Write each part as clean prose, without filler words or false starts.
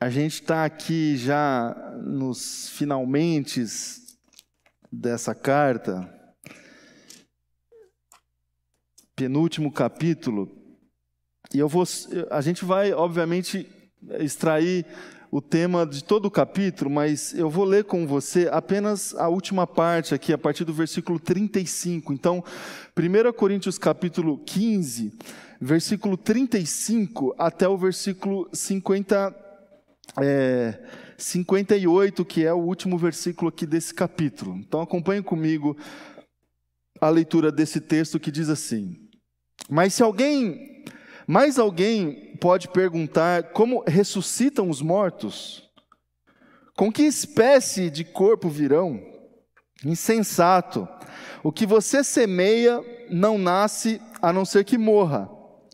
A gente está aqui já nos finalmentes dessa carta, penúltimo capítulo, e a gente vai, obviamente, extrair o tema de todo o capítulo, mas eu vou ler com você apenas a última parte aqui, a partir do versículo 35. Então, 1 Coríntios capítulo 15, versículo 35 até o versículo 58, que é o último versículo aqui desse capítulo. Então acompanhe comigo a leitura desse texto que diz assim: Mas alguém pode perguntar como ressuscitam os mortos? Com que espécie de corpo virão? Insensato! O que você semeia não nasce a não ser que morra.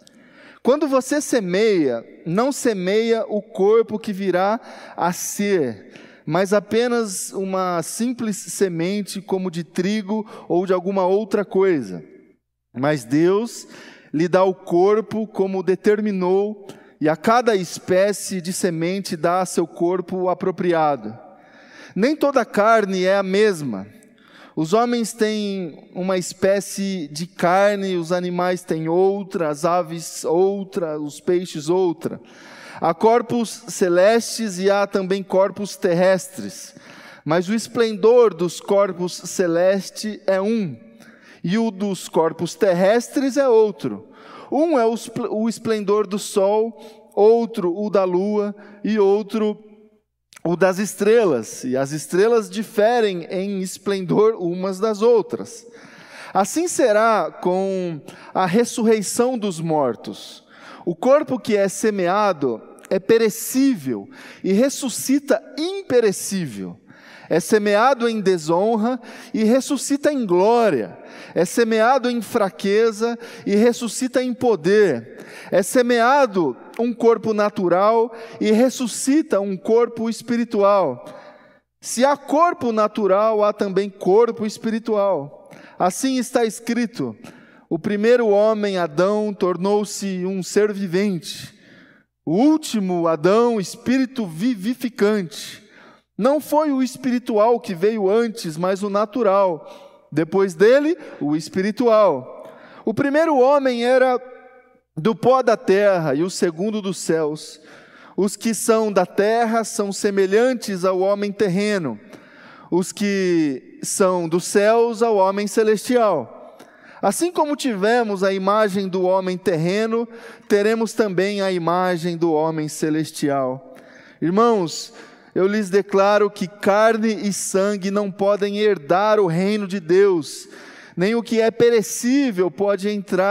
Quando você semeia, não semeia o corpo que virá a ser, mas apenas uma simples semente como de trigo ou de alguma outra coisa. Mas Deus lhe dá o corpo como determinou, e a cada espécie de semente dá a seu corpo apropriado. Nem toda carne é a mesma. Os homens têm uma espécie de carne, os animais têm outra, as aves outra, os peixes outra. Há corpos celestes e há também corpos terrestres. Mas o esplendor dos corpos celestes é um, e o dos corpos terrestres é outro. Um é o esplendor do sol, outro o da lua e outro o das estrelas, e as estrelas diferem em esplendor umas das outras. Assim será com a ressurreição dos mortos. O corpo que é semeado é perecível e ressuscita imperecível. É semeado em desonra e ressuscita em glória. É semeado em fraqueza e ressuscita em poder. É semeado um corpo natural e ressuscita um corpo espiritual. Se há corpo natural, há também corpo espiritual. Assim está escrito: o primeiro homem, Adão, tornou-se um ser vivente. O último, Adão, espírito vivificante. Não foi o espiritual que veio antes, mas o natural. Depois dele, o espiritual. O primeiro homem era do pó da terra e o segundo dos céus. Os que são da terra são semelhantes ao homem terreno. Os que são dos céus ao homem celestial. Assim como tivemos a imagem do homem terreno, teremos também a imagem do homem celestial. Irmãos, eu lhes declaro que carne e sangue não podem herdar o reino de Deus, nem o que é perecível pode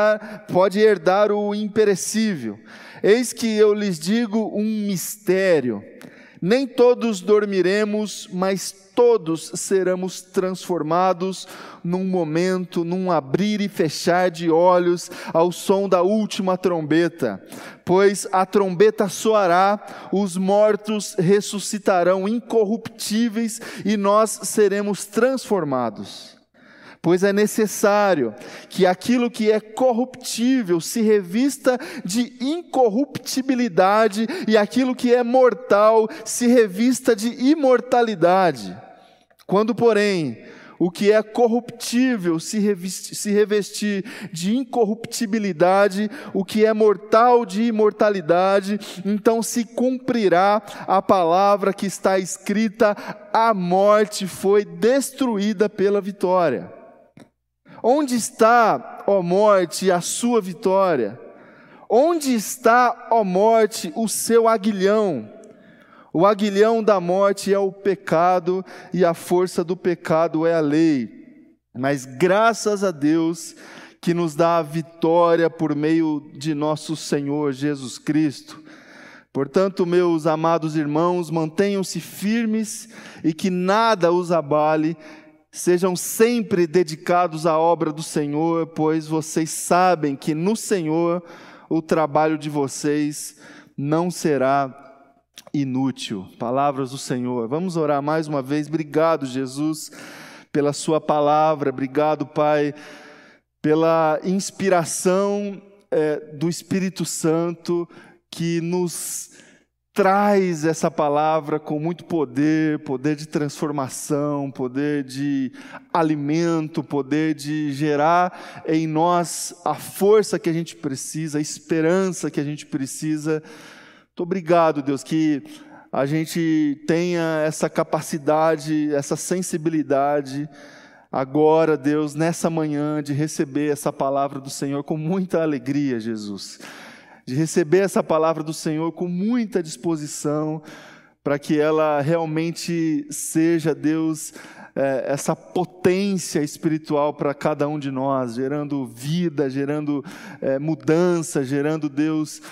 herdar o imperecível. Eis que eu lhes digo um mistério: nem todos dormiremos, mas todos seremos transformados num momento, num abrir e fechar de olhos, ao som da última trombeta. Pois a trombeta soará, os mortos ressuscitarão incorruptíveis e nós seremos transformados. Pois é necessário que aquilo que é corruptível se revista de incorruptibilidade e aquilo que é mortal se revista de imortalidade. Quando, porém, o que é corruptível se revestir de incorruptibilidade, o que é mortal de imortalidade, então se cumprirá a palavra que está escrita: a morte foi destruída pela vitória. Onde está, ó morte, a sua vitória? Onde está, ó morte, o seu aguilhão? O aguilhão da morte é o pecado, e a força do pecado é a lei. Mas graças a Deus que nos dá a vitória por meio de nosso Senhor Jesus Cristo. Portanto, meus amados irmãos, mantenham-se firmes e que nada os abale. Sejam sempre dedicados à obra do Senhor, pois vocês sabem que no Senhor o trabalho de vocês não será inútil. Palavras do Senhor. Vamos orar mais uma vez. Obrigado, Jesus, pela sua palavra. Obrigado, Pai, pela inspiração do Espírito Santo que nos traz essa palavra com muito poder, poder de transformação, poder de alimento, poder de gerar em nós a força que a gente precisa, a esperança que a gente precisa. Muito obrigado, Deus, que a gente tenha essa capacidade, essa sensibilidade agora, Deus, nessa manhã, de receber essa palavra do Senhor com muita alegria, Jesus. De receber essa palavra do Senhor com muita disposição, para que ela realmente seja, Deus, essa potência espiritual para cada um de nós, gerando vida, gerando mudança, gerando, Deus,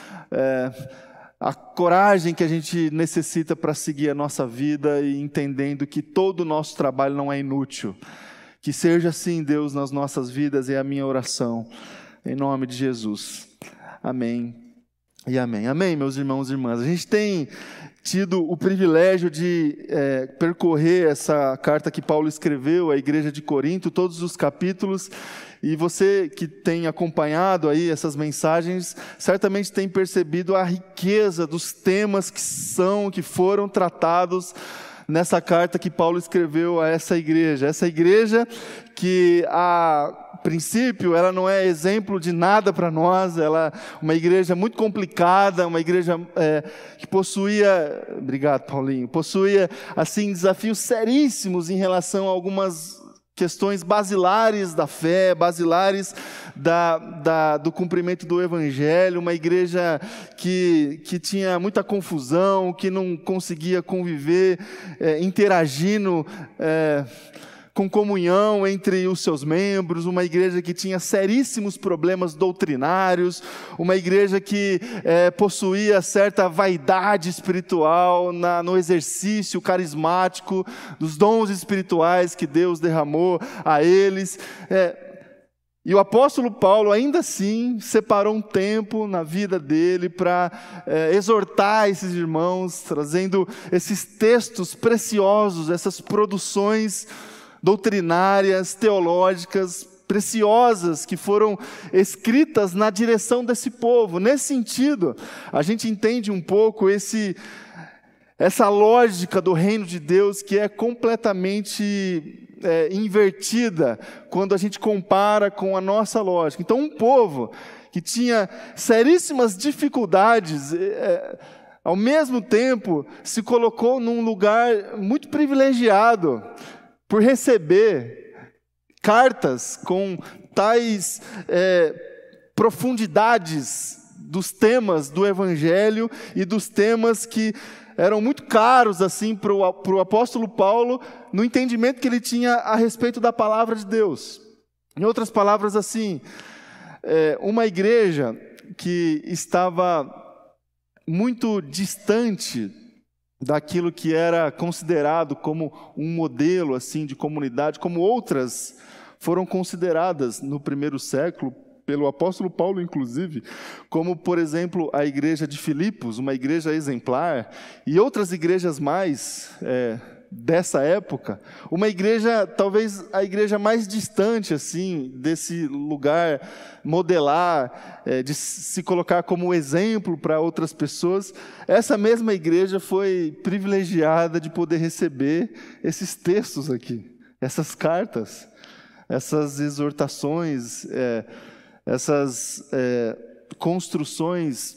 a coragem que a gente necessita para seguir a nossa vida e entendendo que todo o nosso trabalho não é inútil. Que seja assim, Deus, nas nossas vidas, é a minha oração, em nome de Jesus. Amém e amém. Amém, meus irmãos e irmãs. A gente tem tido o privilégio de percorrer essa carta que Paulo escreveu à igreja de Corinto, todos os capítulos, e você que tem acompanhado aí essas mensagens, certamente tem percebido a riqueza dos temas que foram tratados nessa carta que Paulo escreveu a essa igreja que a princípio ela não é exemplo de nada para nós, ela é uma igreja muito complicada, uma igreja que possuía, obrigado Paulinho, possuía assim desafios seríssimos em relação a algumas questões basilares da fé, basilares do cumprimento do Evangelho, uma igreja que tinha muita confusão, que não conseguia conviver, interagindo com comunhão entre os seus membros, uma igreja que tinha seríssimos problemas doutrinários, uma igreja que possuía certa vaidade espiritual no exercício carismático dos dons espirituais que Deus derramou a eles. E o apóstolo Paulo, ainda assim, separou um tempo na vida dele para exortar esses irmãos, trazendo esses textos preciosos, essas produções doutrinárias, teológicas, preciosas, que foram escritas na direção desse povo. Nesse sentido, a gente entende um pouco essa lógica do reino de Deus, que é completamente invertida quando a gente compara com a nossa lógica. Então, um povo que tinha seríssimas dificuldades, ao mesmo tempo se colocou num lugar muito privilegiado por receber cartas com tais profundidades dos temas do Evangelho e dos temas que eram muito caros assim para o apóstolo Paulo, no entendimento que ele tinha a respeito da palavra de Deus. Em outras palavras, assim, uma igreja que estava muito distante daquilo que era considerado como um modelo assim de comunidade, como outras foram consideradas no primeiro século, pelo apóstolo Paulo, inclusive, como, por exemplo, a igreja de Filipos, uma igreja exemplar, e outras igrejas mais dessa época, uma igreja, talvez a igreja mais distante, assim, desse lugar modelar, de se colocar como exemplo para outras pessoas. Essa mesma igreja foi privilegiada de poder receber esses textos aqui, essas cartas, essas exortações, essas construções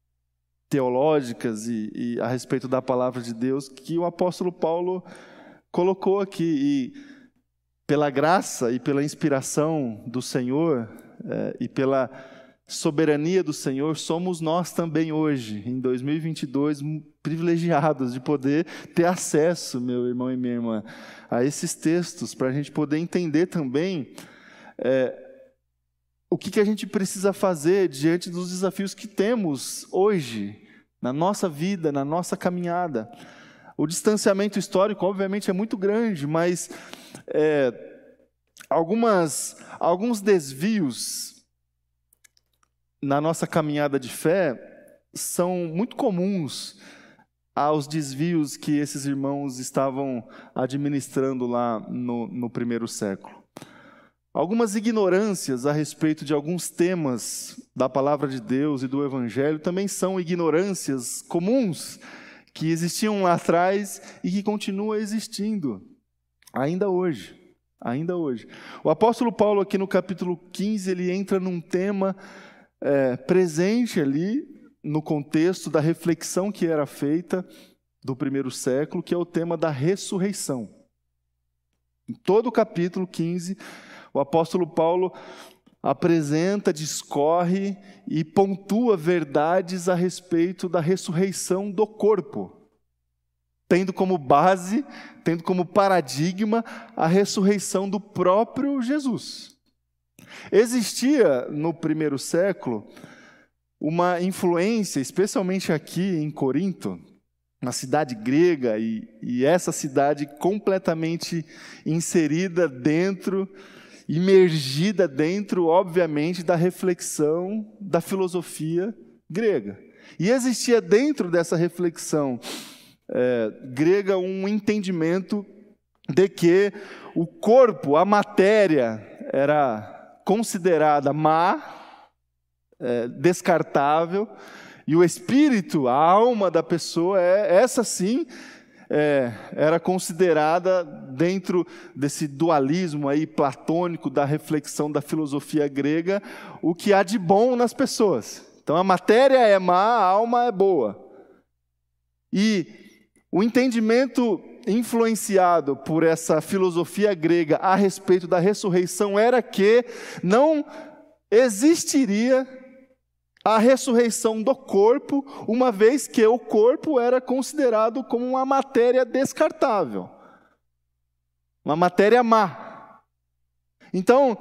teológicas e a respeito da palavra de Deus que o apóstolo Paulo colocou aqui. E pela graça e pela inspiração do Senhor e pela soberania do Senhor, somos nós também hoje, em 2022, privilegiados de poder ter acesso, meu irmão e minha irmã, a esses textos, para a gente poder entender também o que a gente precisa fazer diante dos desafios que temos hoje, na nossa vida, na nossa caminhada. O distanciamento histórico, obviamente, é muito grande, mas alguns desvios na nossa caminhada de fé são muito comuns aos desvios que esses irmãos estavam administrando lá no primeiro século. Algumas ignorâncias a respeito de alguns temas da palavra de Deus e do Evangelho também são ignorâncias comuns que existiam lá atrás e que continua existindo, ainda hoje. Ainda hoje. O apóstolo Paulo, aqui no capítulo 15, ele entra num tema presente ali, no contexto da reflexão que era feita do primeiro século, que é o tema da ressurreição. Em todo o capítulo 15, o apóstolo Paulo apresenta, discorre e pontua verdades a respeito da ressurreição do corpo, tendo como base, tendo como paradigma a ressurreição do próprio Jesus. Existia no primeiro século uma influência, especialmente aqui em Corinto, na cidade grega, e essa cidade completamente inserida dentro, imergida dentro, obviamente, da reflexão da filosofia grega. E existia dentro dessa reflexão grega um entendimento de que o corpo, a matéria, era considerada má, descartável, e o espírito, a alma da pessoa, essa sim, era considerada dentro desse dualismo aí platônico da reflexão da filosofia grega, o que há de bom nas pessoas. Então a matéria é má, a alma é boa. E o entendimento influenciado por essa filosofia grega a respeito da ressurreição era que não existiria a ressurreição do corpo, uma vez que o corpo era considerado como uma matéria descartável, uma matéria má. Então,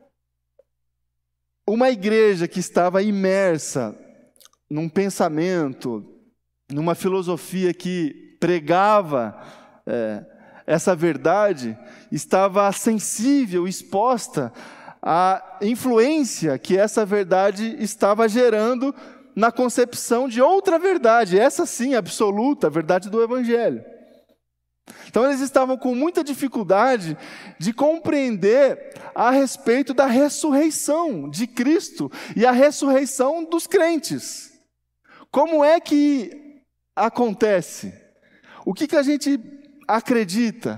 uma igreja que estava imersa num pensamento, numa filosofia que pregava essa verdade, estava sensível, exposta à influência que essa verdade estava gerando na concepção de outra verdade, essa sim, absoluta, a verdade do Evangelho. Então eles estavam com muita dificuldade de compreender a respeito da ressurreição de Cristo e a ressurreição dos crentes. Como é que acontece? O que a gente acredita?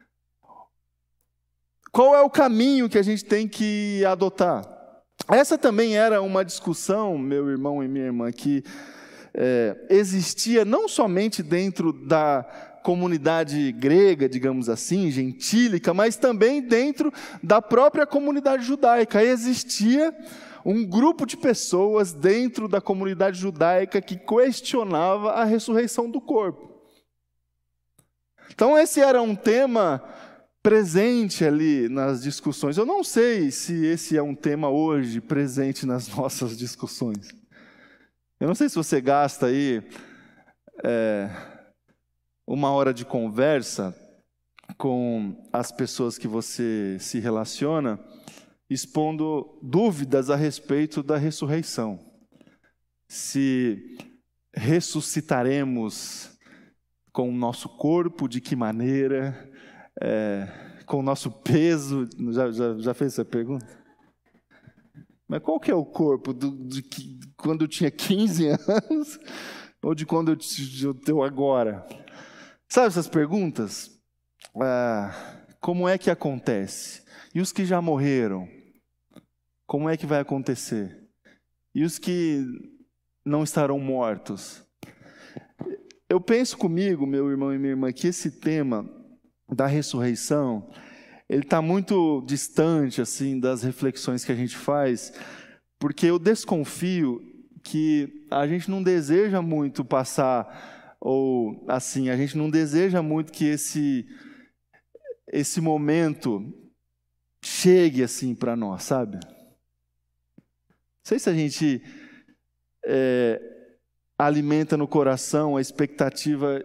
Qual é o caminho que a gente tem que adotar? Essa também era uma discussão, meu irmão e minha irmã, que existia não somente dentro da comunidade grega, digamos assim, gentílica, mas também dentro da própria comunidade judaica. Existia um grupo de pessoas dentro da comunidade judaica que questionava a ressurreição do corpo. Então esse era um tema presente ali nas discussões. Eu não sei se esse é um tema hoje presente nas nossas discussões. Eu não sei se você gasta aí uma hora de conversa com as pessoas que você se relaciona, expondo dúvidas a respeito da ressurreição. Se ressuscitaremos com o nosso corpo, de que maneira, com o nosso peso. Já fez essa pergunta? Mas qual que é o corpo? Quando eu tinha 15 anos ou de quando eu tenho agora? Sabe essas perguntas? Como é que acontece? E os que já morreram? Como é que vai acontecer? E os que não estarão mortos? Eu penso comigo, meu irmão e minha irmã, que esse tema da ressurreição, ele está muito distante assim das reflexões que a gente faz, porque eu desconfio que a gente não deseja muito passar, ou assim, a gente não deseja muito que esse momento chegue assim para nós, sabe? Não sei se a gente alimenta no coração a expectativa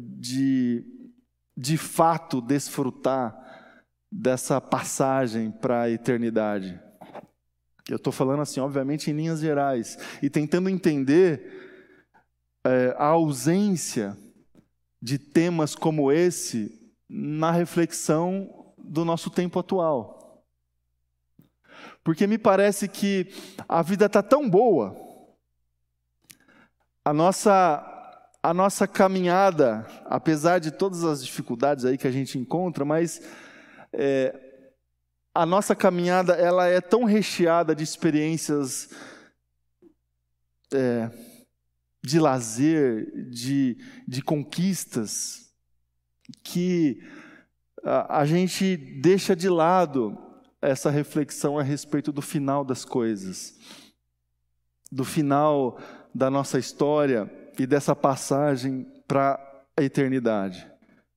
de fato desfrutar dessa passagem para a eternidade. Eu estou falando assim, obviamente, em linhas gerais, e tentando entender a ausência de temas como esse na reflexão do nosso tempo atual. Porque me parece que a vida está tão boa, a nossa caminhada, apesar de todas as dificuldades aí que a gente encontra, mas a nossa caminhada ela é tão recheada de experiências de lazer, de conquistas, que a gente deixa de lado essa reflexão a respeito do final das coisas, do final da nossa história e dessa passagem para a eternidade.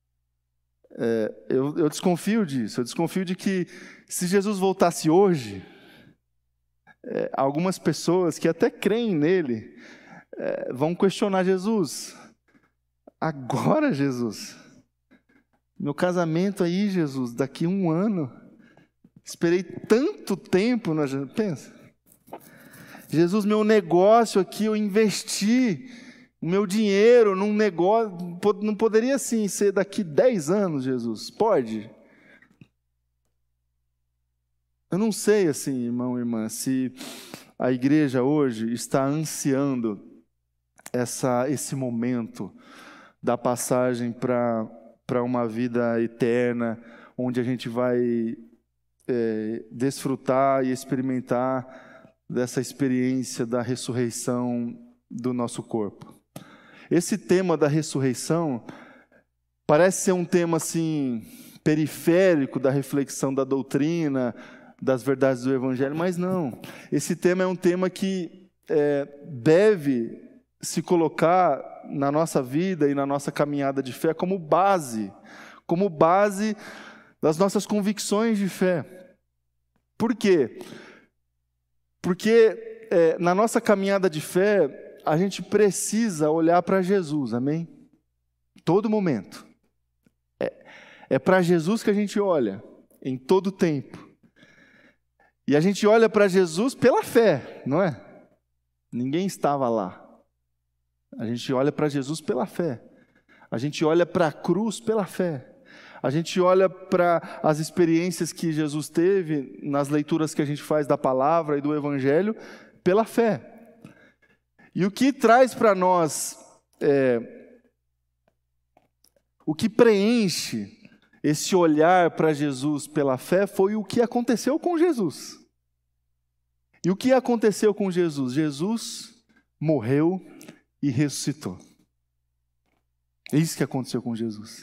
Eu desconfio disso, eu desconfio de que se Jesus voltasse hoje, algumas pessoas que até creem nele vão questionar Jesus. Agora, Jesus, meu casamento aí, Jesus, daqui a 1 ano, esperei tanto tempo, pensa. Jesus, meu negócio aqui, eu investi o meu dinheiro num negócio, não poderia assim ser daqui 10 anos, Jesus? Pode? Eu não sei assim, irmão e irmã, se a igreja hoje está ansiando esse momento da passagem para uma vida eterna, onde a gente vai desfrutar e experimentar dessa experiência da ressurreição do nosso corpo. Esse tema da ressurreição parece ser um tema assim periférico da reflexão da doutrina, das verdades do Evangelho, mas não. Esse tema é um tema que deve se colocar na nossa vida e na nossa caminhada de fé como base das nossas convicções de fé. Por quê? Porque na nossa caminhada de fé, a gente precisa olhar para Jesus, amém? Todo momento. É para Jesus que a gente olha, em todo tempo. E a gente olha para Jesus pela fé, não é? Ninguém estava lá. A gente olha para Jesus pela fé. A gente olha para a cruz pela fé. A gente olha para as experiências que Jesus teve nas leituras que a gente faz da palavra e do Evangelho pela fé. E o que traz para nós, o que preenche esse olhar para Jesus pela fé foi o que aconteceu com Jesus. E o que aconteceu com Jesus? Jesus morreu e ressuscitou. É isso que aconteceu com Jesus.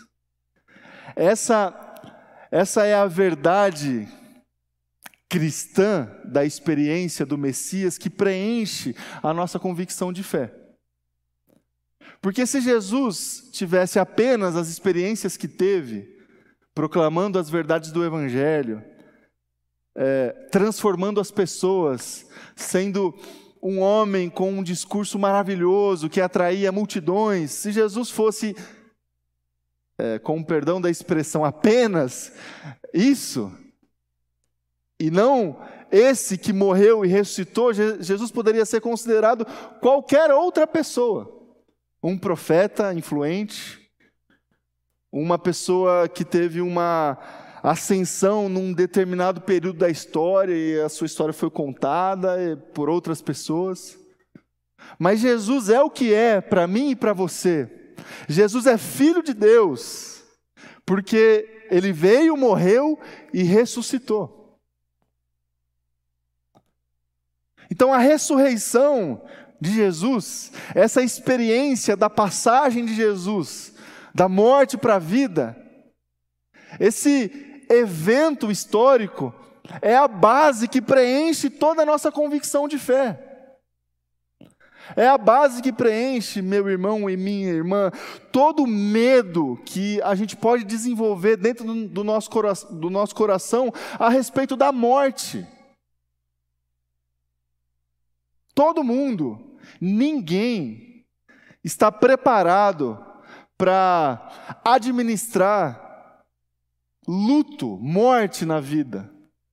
Essa é a verdade cristã da experiência do Messias que preenche a nossa convicção de fé. Porque se Jesus tivesse apenas as experiências que teve, proclamando as verdades do Evangelho, transformando as pessoas, sendo um homem com um discurso maravilhoso que atraía multidões, se Jesus fosse, com o perdão da expressão, apenas isso, e não esse que morreu e ressuscitou, Jesus poderia ser considerado qualquer outra pessoa. Um profeta influente, uma pessoa que teve uma ascensão num determinado período da história e a sua história foi contada por outras pessoas. Mas Jesus é o que é para mim e para você. Jesus é Filho de Deus, porque Ele veio, morreu e ressuscitou. Então a ressurreição de Jesus, essa experiência da passagem de Jesus, da morte para a vida, esse evento histórico é a base que preenche toda a nossa convicção de fé. É a base que preenche, meu irmão e minha irmã, todo o medo que a gente pode desenvolver dentro do nosso coração a respeito da morte. Todo mundo, ninguém está preparado para administrar luto, morte na vida.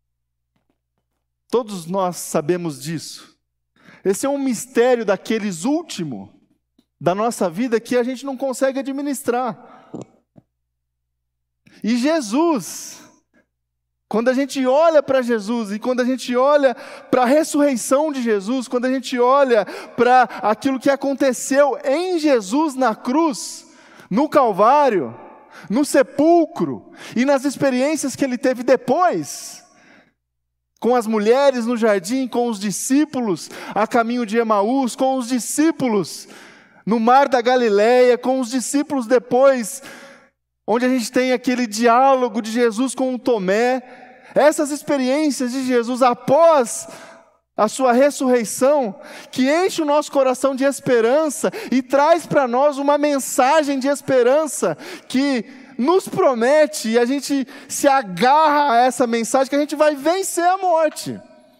Todos nós sabemos disso. Esse é um mistério daqueles últimos da nossa vida que a gente não consegue administrar. E Jesus, Quando a gente olha para Jesus e quando a gente olha para a ressurreição de Jesus, quando a gente olha para aquilo que aconteceu em Jesus na cruz, no Calvário, no sepulcro e nas experiências que ele teve depois, com as mulheres no jardim, com os discípulos a caminho de Emaús, com os discípulos no mar da Galileia, com os discípulos depois, onde a gente tem aquele diálogo de Jesus com o Tomé. Essas experiências de Jesus após a sua ressurreição, que enche o nosso coração de esperança e traz para nós uma mensagem de esperança que nos promete, e a gente se agarra a essa mensagem, que a gente vai vencer a morte.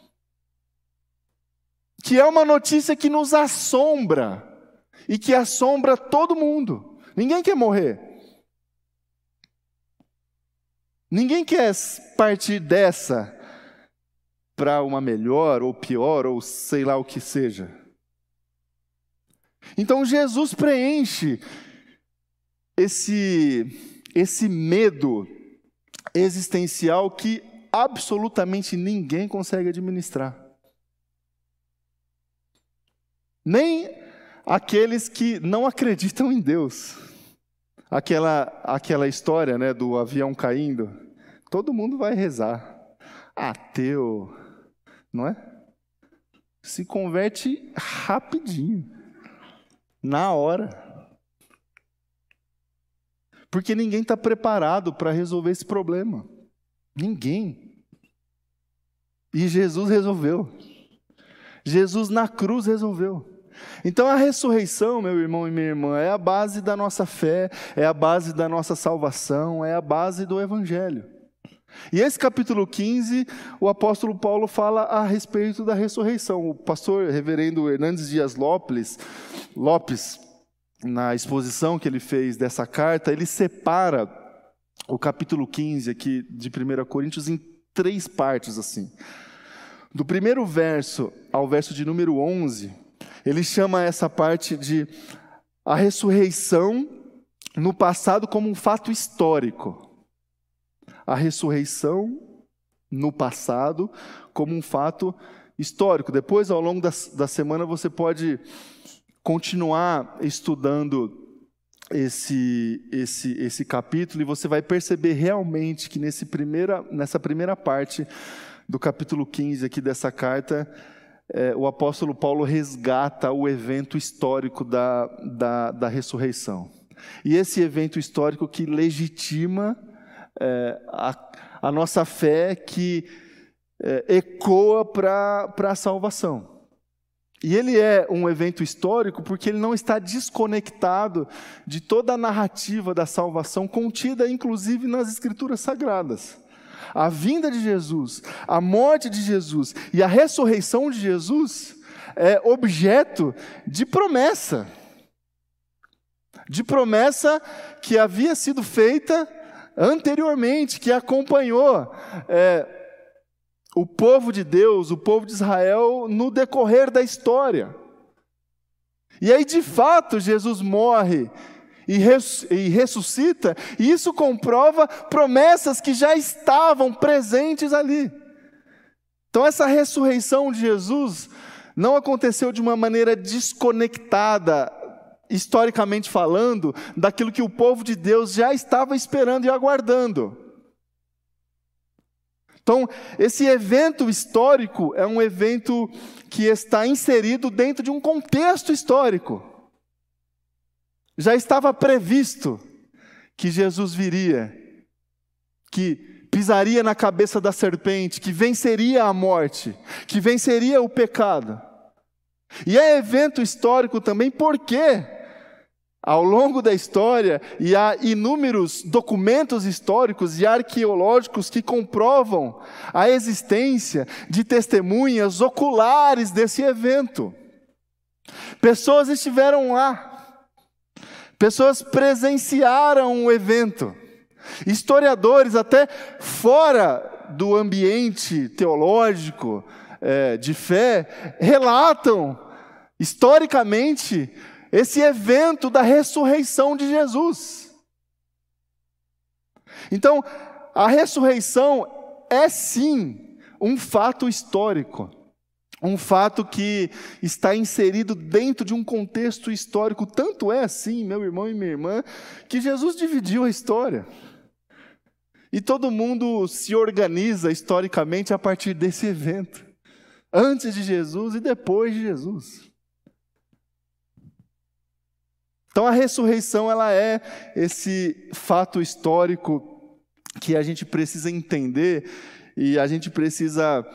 Que é uma notícia que nos assombra, e que assombra todo mundo. Ninguém quer morrer. Ninguém quer partir dessa para uma melhor, ou pior, ou sei lá o que seja. Então Jesus preenche esse medo existencial que absolutamente ninguém consegue administrar. Nem aqueles que não acreditam em Deus. Aquela história, né, do avião caindo, todo mundo vai rezar. Ateu, não é? Se converte rapidinho, na hora. Porque ninguém está preparado para resolver esse problema. Ninguém. E Jesus resolveu. Jesus na cruz resolveu. Então a ressurreição, meu irmão e minha irmã, é a base da nossa fé, é a base da nossa salvação, é a base do Evangelho. E esse capítulo 15, o apóstolo Paulo fala a respeito da ressurreição. O pastor reverendo Hernandes Dias Lopes, na exposição que ele fez dessa carta, ele separa o capítulo 15 aqui de 1 Coríntios em 3 partes assim. Do primeiro verso ao verso de número 11, ele chama essa parte de a ressurreição no passado como um fato histórico. A ressurreição no passado como um fato histórico. Depois, ao longo da semana, você pode continuar estudando esse capítulo e você vai perceber realmente que nessa primeira parte do capítulo 15 aqui dessa carta, o apóstolo Paulo resgata o evento histórico da ressurreição. E esse evento histórico que legitima a nossa fé, que ecoa para a salvação. E ele é um evento histórico porque ele não está desconectado de toda a narrativa da salvação contida, inclusive, nas Escrituras Sagradas. A vinda de Jesus, a morte de Jesus e a ressurreição de Jesus é objeto de promessa. De promessa que havia sido feita anteriormente, que acompanhou o povo de Deus, o povo de Israel, no decorrer da história. E aí, de fato, Jesus morre e ressuscita, e isso comprova promessas que já estavam presentes ali. Então, essa ressurreição de Jesus não aconteceu de uma maneira desconectada, historicamente falando, daquilo que o povo de Deus já estava esperando e aguardando. Então, esse evento histórico é um evento que está inserido dentro de um contexto histórico. Já estava previsto que Jesus viria, que pisaria na cabeça da serpente, que venceria a morte, que venceria o pecado. E é evento histórico também porque, ao longo da história, e há inúmeros documentos históricos e arqueológicos que comprovam a existência de testemunhas oculares desse evento. Pessoas estiveram lá. Pessoas presenciaram o evento. Historiadores, até fora do ambiente teológico, de fé, relatam historicamente esse evento da ressurreição de Jesus. Então, a ressurreição é sim um fato histórico. Um fato que está inserido dentro de um contexto histórico. Tanto é assim, meu irmão e minha irmã, que Jesus dividiu a história. E todo mundo se organiza historicamente a partir desse evento. Antes de Jesus e depois de Jesus. Então a ressurreição, ela é esse fato histórico que a gente precisa entender e a gente precisa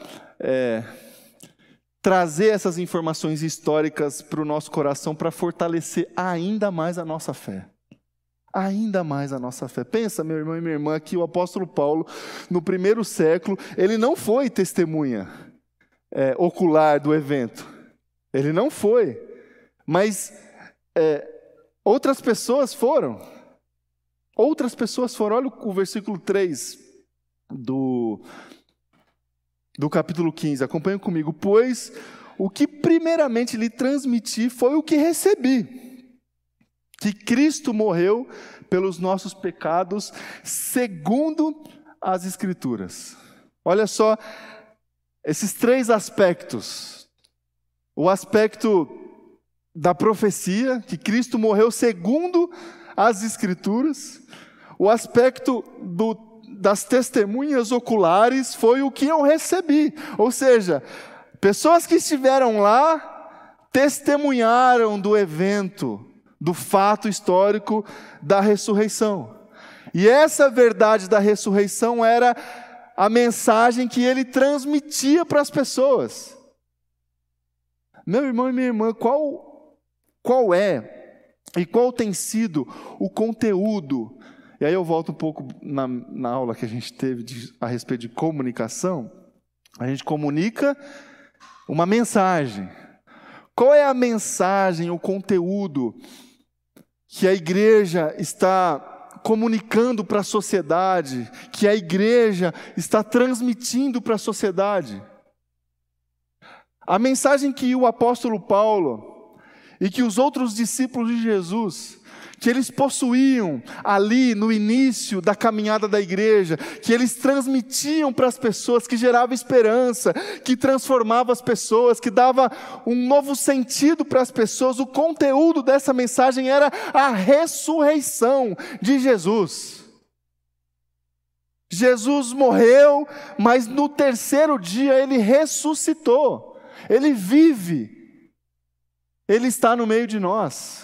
trazer essas informações históricas para o nosso coração para fortalecer ainda mais a nossa fé. Ainda mais a nossa fé. Pensa, meu irmão e minha irmã, que o apóstolo Paulo, no primeiro século, ele não foi testemunha ocular do evento. Ele não foi. Mas outras pessoas foram. Outras pessoas foram. Olha o versículo 3 do capítulo 15. Acompanhe comigo. Pois o que primeiramente lhe transmiti foi o que recebi. Que Cristo morreu pelos nossos pecados, segundo as Escrituras. Olha só, esses três aspectos. O aspecto da profecia, que Cristo morreu segundo as Escrituras. O aspecto das testemunhas oculares foi o que eu recebi. Ou seja, pessoas que estiveram lá testemunharam do evento, do fato histórico da ressurreição. E essa verdade da ressurreição era a mensagem que ele transmitia para as pessoas. Meu irmão e minha irmã, qual é e qual tem sido o conteúdo? E aí eu volto um pouco na aula que a gente teve a respeito de comunicação. A gente comunica uma mensagem. Qual é a mensagem, o conteúdo que a igreja está comunicando para a sociedade, que a igreja está transmitindo para a sociedade? A mensagem que o apóstolo Paulo e que os outros discípulos de Jesus, que eles possuíam ali no início da caminhada da igreja, que eles transmitiam para as pessoas, que gerava esperança, que transformava as pessoas, que dava um novo sentido para as pessoas. O conteúdo dessa mensagem era a ressurreição de Jesus. Jesus morreu, mas no terceiro dia ele ressuscitou. Ele vive. Ele está no meio de nós.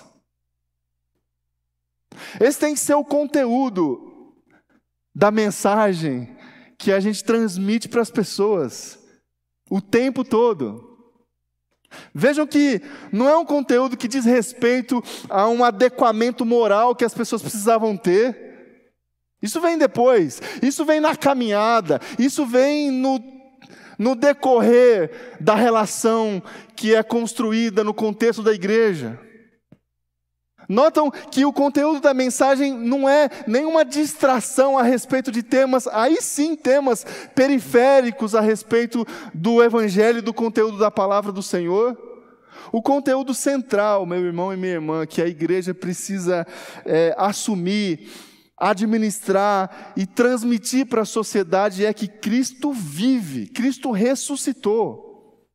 Esse tem que ser o conteúdo da mensagem que a gente transmite para as pessoas o tempo todo. Vejam que não é um conteúdo que diz respeito a um adequamento moral que as pessoas precisavam ter. Isso vem depois, isso vem na caminhada, isso vem no decorrer da relação que é construída no contexto da igreja. Notam que o conteúdo da mensagem não é nenhuma distração a respeito de temas, aí sim temas periféricos a respeito do evangelho e do conteúdo da palavra do Senhor. O conteúdo central, meu irmão e minha irmã, que a igreja precisa assumir, administrar e transmitir para a sociedade é que Cristo vive, Cristo ressuscitou.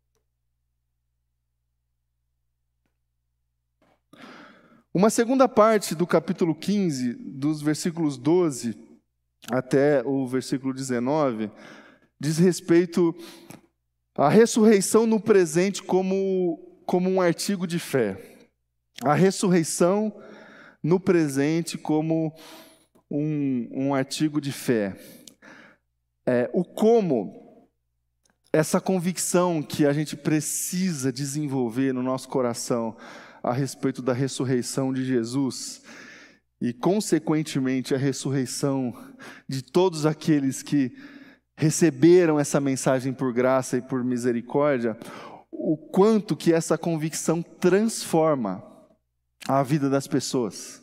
Uma segunda parte do capítulo 15, dos versículos 12 até o versículo 19, diz respeito à ressurreição no presente como um artigo de fé. A ressurreição no presente como um artigo de fé. O como, essa convicção que a gente precisa desenvolver no nosso coração a respeito da ressurreição de Jesus e, consequentemente, a ressurreição de todos aqueles que receberam essa mensagem por graça e por misericórdia, o quanto que essa convicção transforma a vida das pessoas.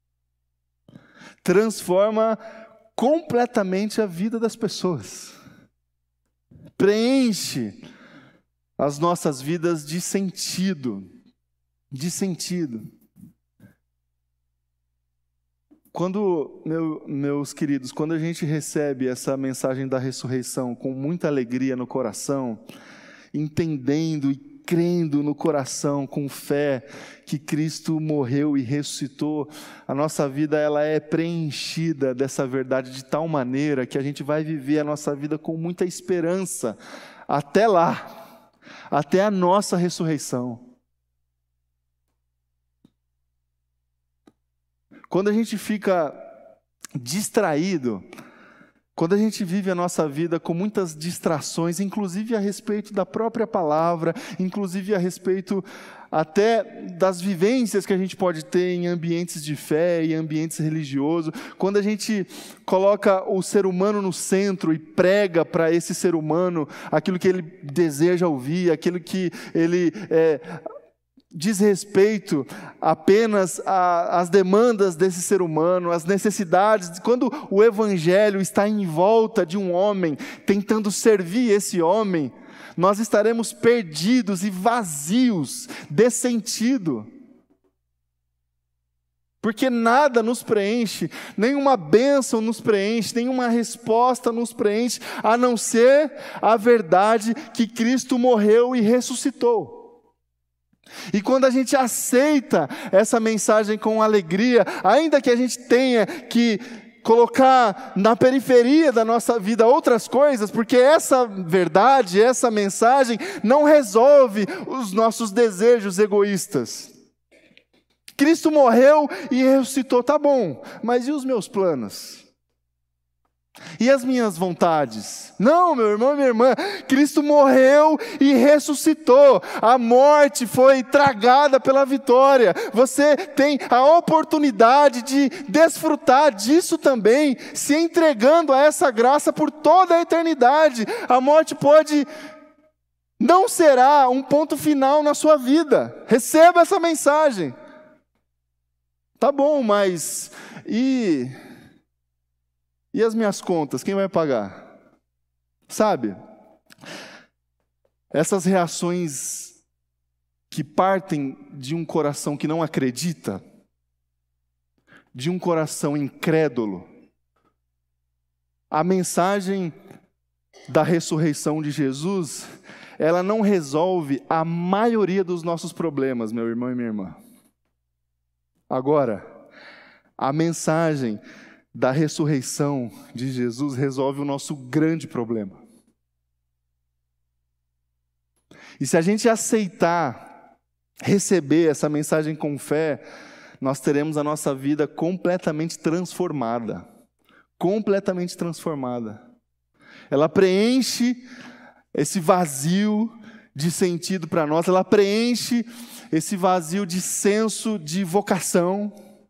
Transforma completamente a vida das pessoas. Preenche as nossas vidas de sentido. Meus queridos, quando a gente recebe essa mensagem da ressurreição com muita alegria no coração, entendendo e crendo no coração, com fé, que Cristo morreu e ressuscitou, a nossa vida ela é preenchida dessa verdade de tal maneira que a gente vai viver a nossa vida com muita esperança, até lá, até a nossa ressurreição. Quando a gente fica distraído, quando a gente vive a nossa vida com muitas distrações, inclusive a respeito da própria palavra, inclusive a respeito até das vivências que a gente pode ter em ambientes de fé e ambientes religiosos, quando a gente coloca o ser humano no centro e prega para esse ser humano aquilo que ele deseja ouvir, aquilo que ele diz respeito apenas às demandas desse ser humano, às necessidades. Quando o evangelho está em volta de um homem, tentando servir esse homem, nós estaremos perdidos e vazios de sentido. Porque nada nos preenche, nenhuma bênção nos preenche, nenhuma resposta nos preenche, a não ser a verdade que Cristo morreu e ressuscitou. E quando a gente aceita essa mensagem com alegria, ainda que a gente tenha que colocar na periferia da nossa vida outras coisas, porque essa verdade, essa mensagem não resolve os nossos desejos egoístas. Cristo morreu e ressuscitou, tá bom, mas e os meus planos? E as minhas vontades? Não, meu irmão e minha irmã, Cristo morreu e ressuscitou. A morte foi tragada pela vitória. Você tem a oportunidade de desfrutar disso também, se entregando a essa graça por toda a eternidade. A morte não será um ponto final na sua vida. Receba essa mensagem. Tá bom, mas e as minhas contas, quem vai pagar? Sabe? Essas reações que partem de um coração que não acredita, de um coração incrédulo, a mensagem da ressurreição de Jesus, ela não resolve a maioria dos nossos problemas, meu irmão e minha irmã. Agora, a mensagem da ressurreição de Jesus resolve o nosso grande problema. E se a gente aceitar, receber essa mensagem com fé, nós teremos a nossa vida completamente transformada. Completamente transformada. Ela preenche esse vazio de sentido para nós, ela preenche esse vazio de senso de vocação.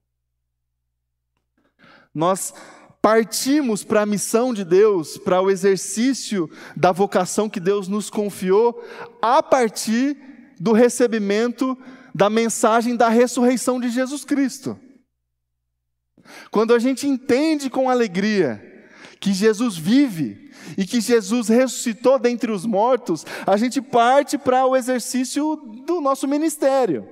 Nós partimos para a missão de Deus, para o exercício da vocação que Deus nos confiou, a partir do recebimento da mensagem da ressurreição de Jesus Cristo. Quando a gente entende com alegria que Jesus vive e que Jesus ressuscitou dentre os mortos, a gente parte para o exercício do nosso ministério.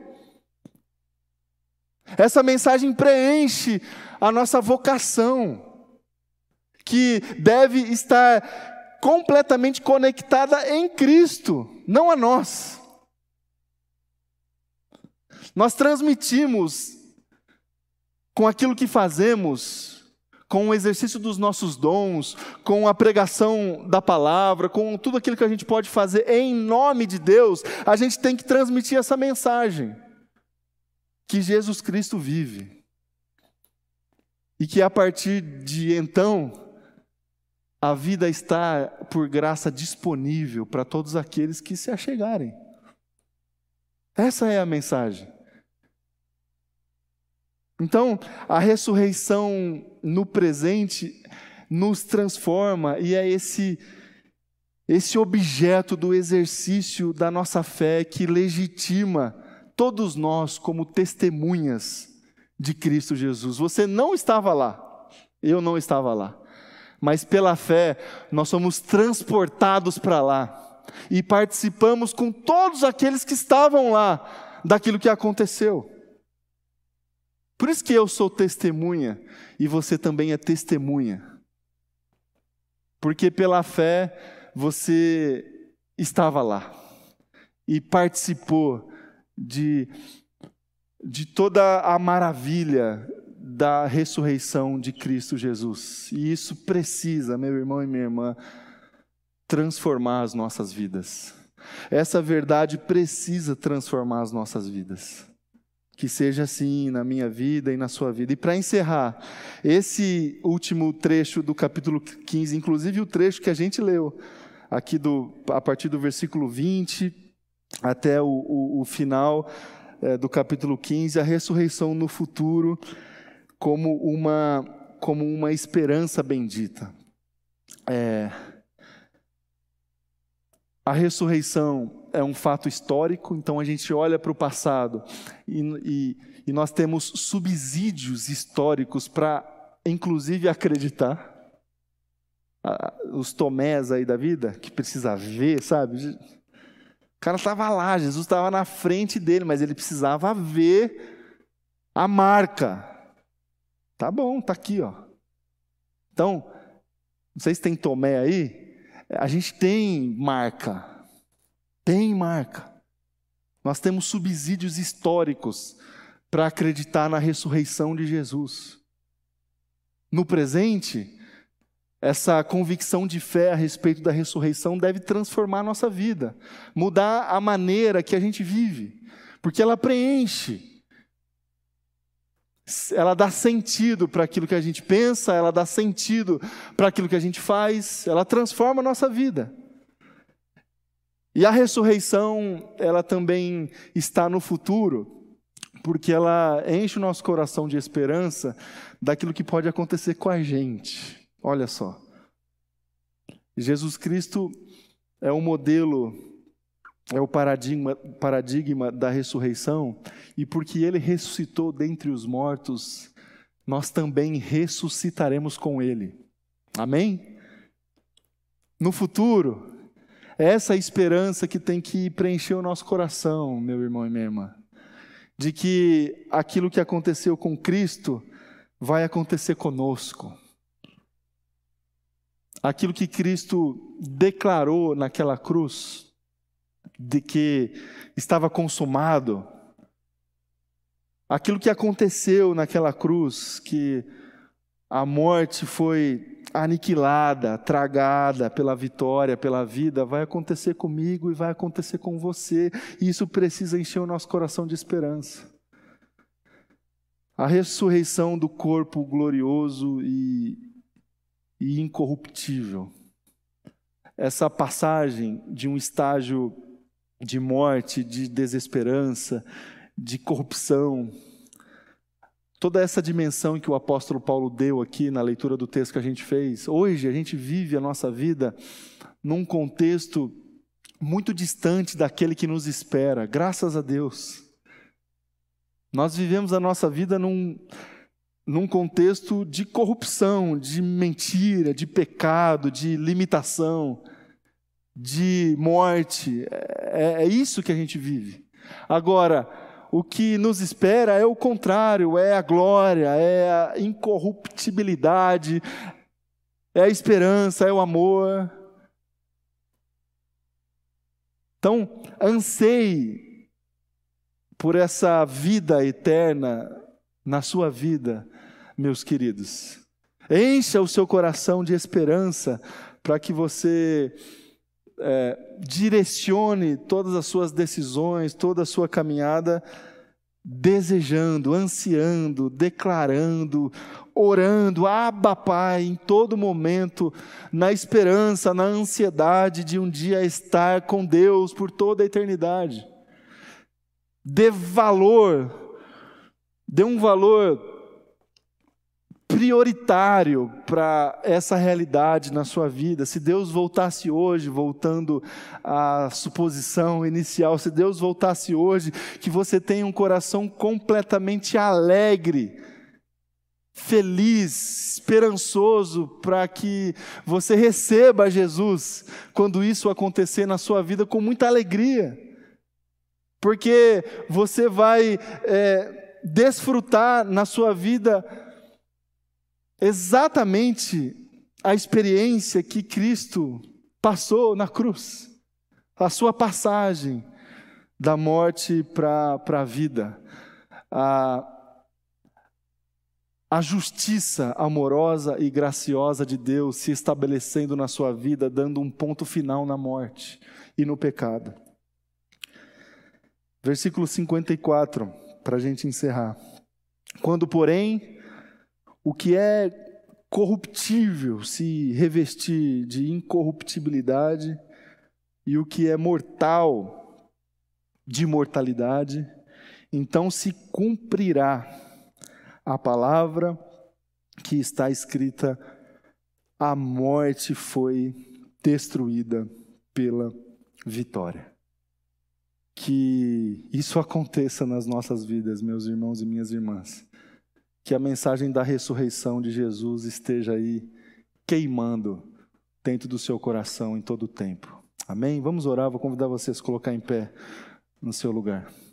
Essa mensagem preenche a nossa vocação, que deve estar completamente conectada em Cristo, não a nós. Nós transmitimos com aquilo que fazemos, com o exercício dos nossos dons, com a pregação da palavra, com tudo aquilo que a gente pode fazer em nome de Deus, a gente tem que transmitir essa mensagem, que Jesus Cristo vive. E que a partir de então, a vida está por graça disponível para todos aqueles que se achegarem. Essa é a mensagem. Então, a ressurreição no presente nos transforma e é esse objeto do exercício da nossa fé que legitima todos nós como testemunhas de Cristo Jesus. Você não estava lá, eu não estava lá, mas pela fé nós somos transportados para lá e participamos com todos aqueles que estavam lá daquilo que aconteceu. Por isso que eu sou testemunha e você também é testemunha. Porque pela fé você estava lá e participou de toda a maravilha da ressurreição de Cristo Jesus. E isso precisa, meu irmão e minha irmã, transformar as nossas vidas. Essa verdade precisa transformar as nossas vidas. Que seja assim na minha vida e na sua vida. E para encerrar, esse último trecho do capítulo 15, inclusive o trecho que a gente leu, aqui a partir do versículo 20 até o final do capítulo 15, a ressurreição no futuro como uma esperança bendita. A ressurreição é um fato histórico, então a gente olha para o passado e nós temos subsídios históricos para, inclusive, acreditar. Os Tomés aí da vida, que precisa ver, sabe? O cara estava lá, Jesus estava na frente dele, mas ele precisava ver a marca. Tá bom, tá aqui, ó. Então, não sei se tem Tomé aí, a gente tem marca. Tem marca. Nós temos subsídios históricos para acreditar na ressurreição de Jesus. No presente, essa convicção de fé a respeito da ressurreição deve transformar a nossa vida, mudar a maneira que a gente vive, porque ela preenche. Ela dá sentido para aquilo que a gente pensa, ela dá sentido para aquilo que a gente faz, ela transforma a nossa vida. E a ressurreição, ela também está no futuro, porque ela enche o nosso coração de esperança daquilo que pode acontecer com a gente. Olha só. Jesus Cristo é o modelo, é o paradigma da ressurreição, e porque Ele ressuscitou dentre os mortos, nós também ressuscitaremos com Ele. Amém? No futuro, é essa esperança que tem que preencher o nosso coração, meu irmão e minha irmã, de que aquilo que aconteceu com Cristo vai acontecer conosco. Aquilo que Cristo declarou naquela cruz, de que estava consumado, aquilo que aconteceu naquela cruz, que a morte foi aniquilada, tragada pela vitória, pela vida, vai acontecer comigo e vai acontecer com você, e isso precisa encher o nosso coração de esperança. A ressurreição do corpo glorioso e incorruptível. Essa passagem de um estágio de morte, de desesperança, de corrupção, toda essa dimensão que o apóstolo Paulo deu aqui na leitura do texto que a gente fez, hoje a gente vive a nossa vida num contexto muito distante daquele que nos espera, graças a Deus. Nós vivemos a nossa vida num contexto de corrupção, de mentira, de pecado, de limitação, de morte. É isso que a gente vive. Agora, o que nos espera é o contrário, é a glória, é a incorruptibilidade, é a esperança, é o amor. Então, anseie por essa vida eterna na sua vida, meus queridos. Encha o seu coração de esperança para que você direcione todas as suas decisões, toda a sua caminhada, desejando, ansiando, declarando, orando, Abba Pai, em todo momento, na esperança, na ansiedade de um dia estar com Deus por toda a eternidade. Dê um valor prioritário para essa realidade na sua vida. Se Deus voltasse hoje, voltando à suposição inicial, se Deus voltasse hoje, que você tenha um coração completamente alegre, feliz, esperançoso, para que você receba Jesus, quando isso acontecer na sua vida, com muita alegria, porque você vai desfrutar na sua vida exatamente a experiência que Cristo passou na cruz, a sua passagem da morte para a vida, a justiça amorosa e graciosa de Deus se estabelecendo na sua vida, dando um ponto final na morte e no pecado. Versículo 54, para a gente encerrar. Quando, porém, o que é corruptível se revestir de incorruptibilidade e o que é mortal de mortalidade, então se cumprirá a palavra que está escrita: a morte foi destruída pela vitória. Que isso aconteça nas nossas vidas, meus irmãos e minhas irmãs. Que a mensagem da ressurreição de Jesus esteja aí queimando dentro do seu coração em todo o tempo. Amém? Vamos orar, vou convidar vocês a colocar em pé no seu lugar.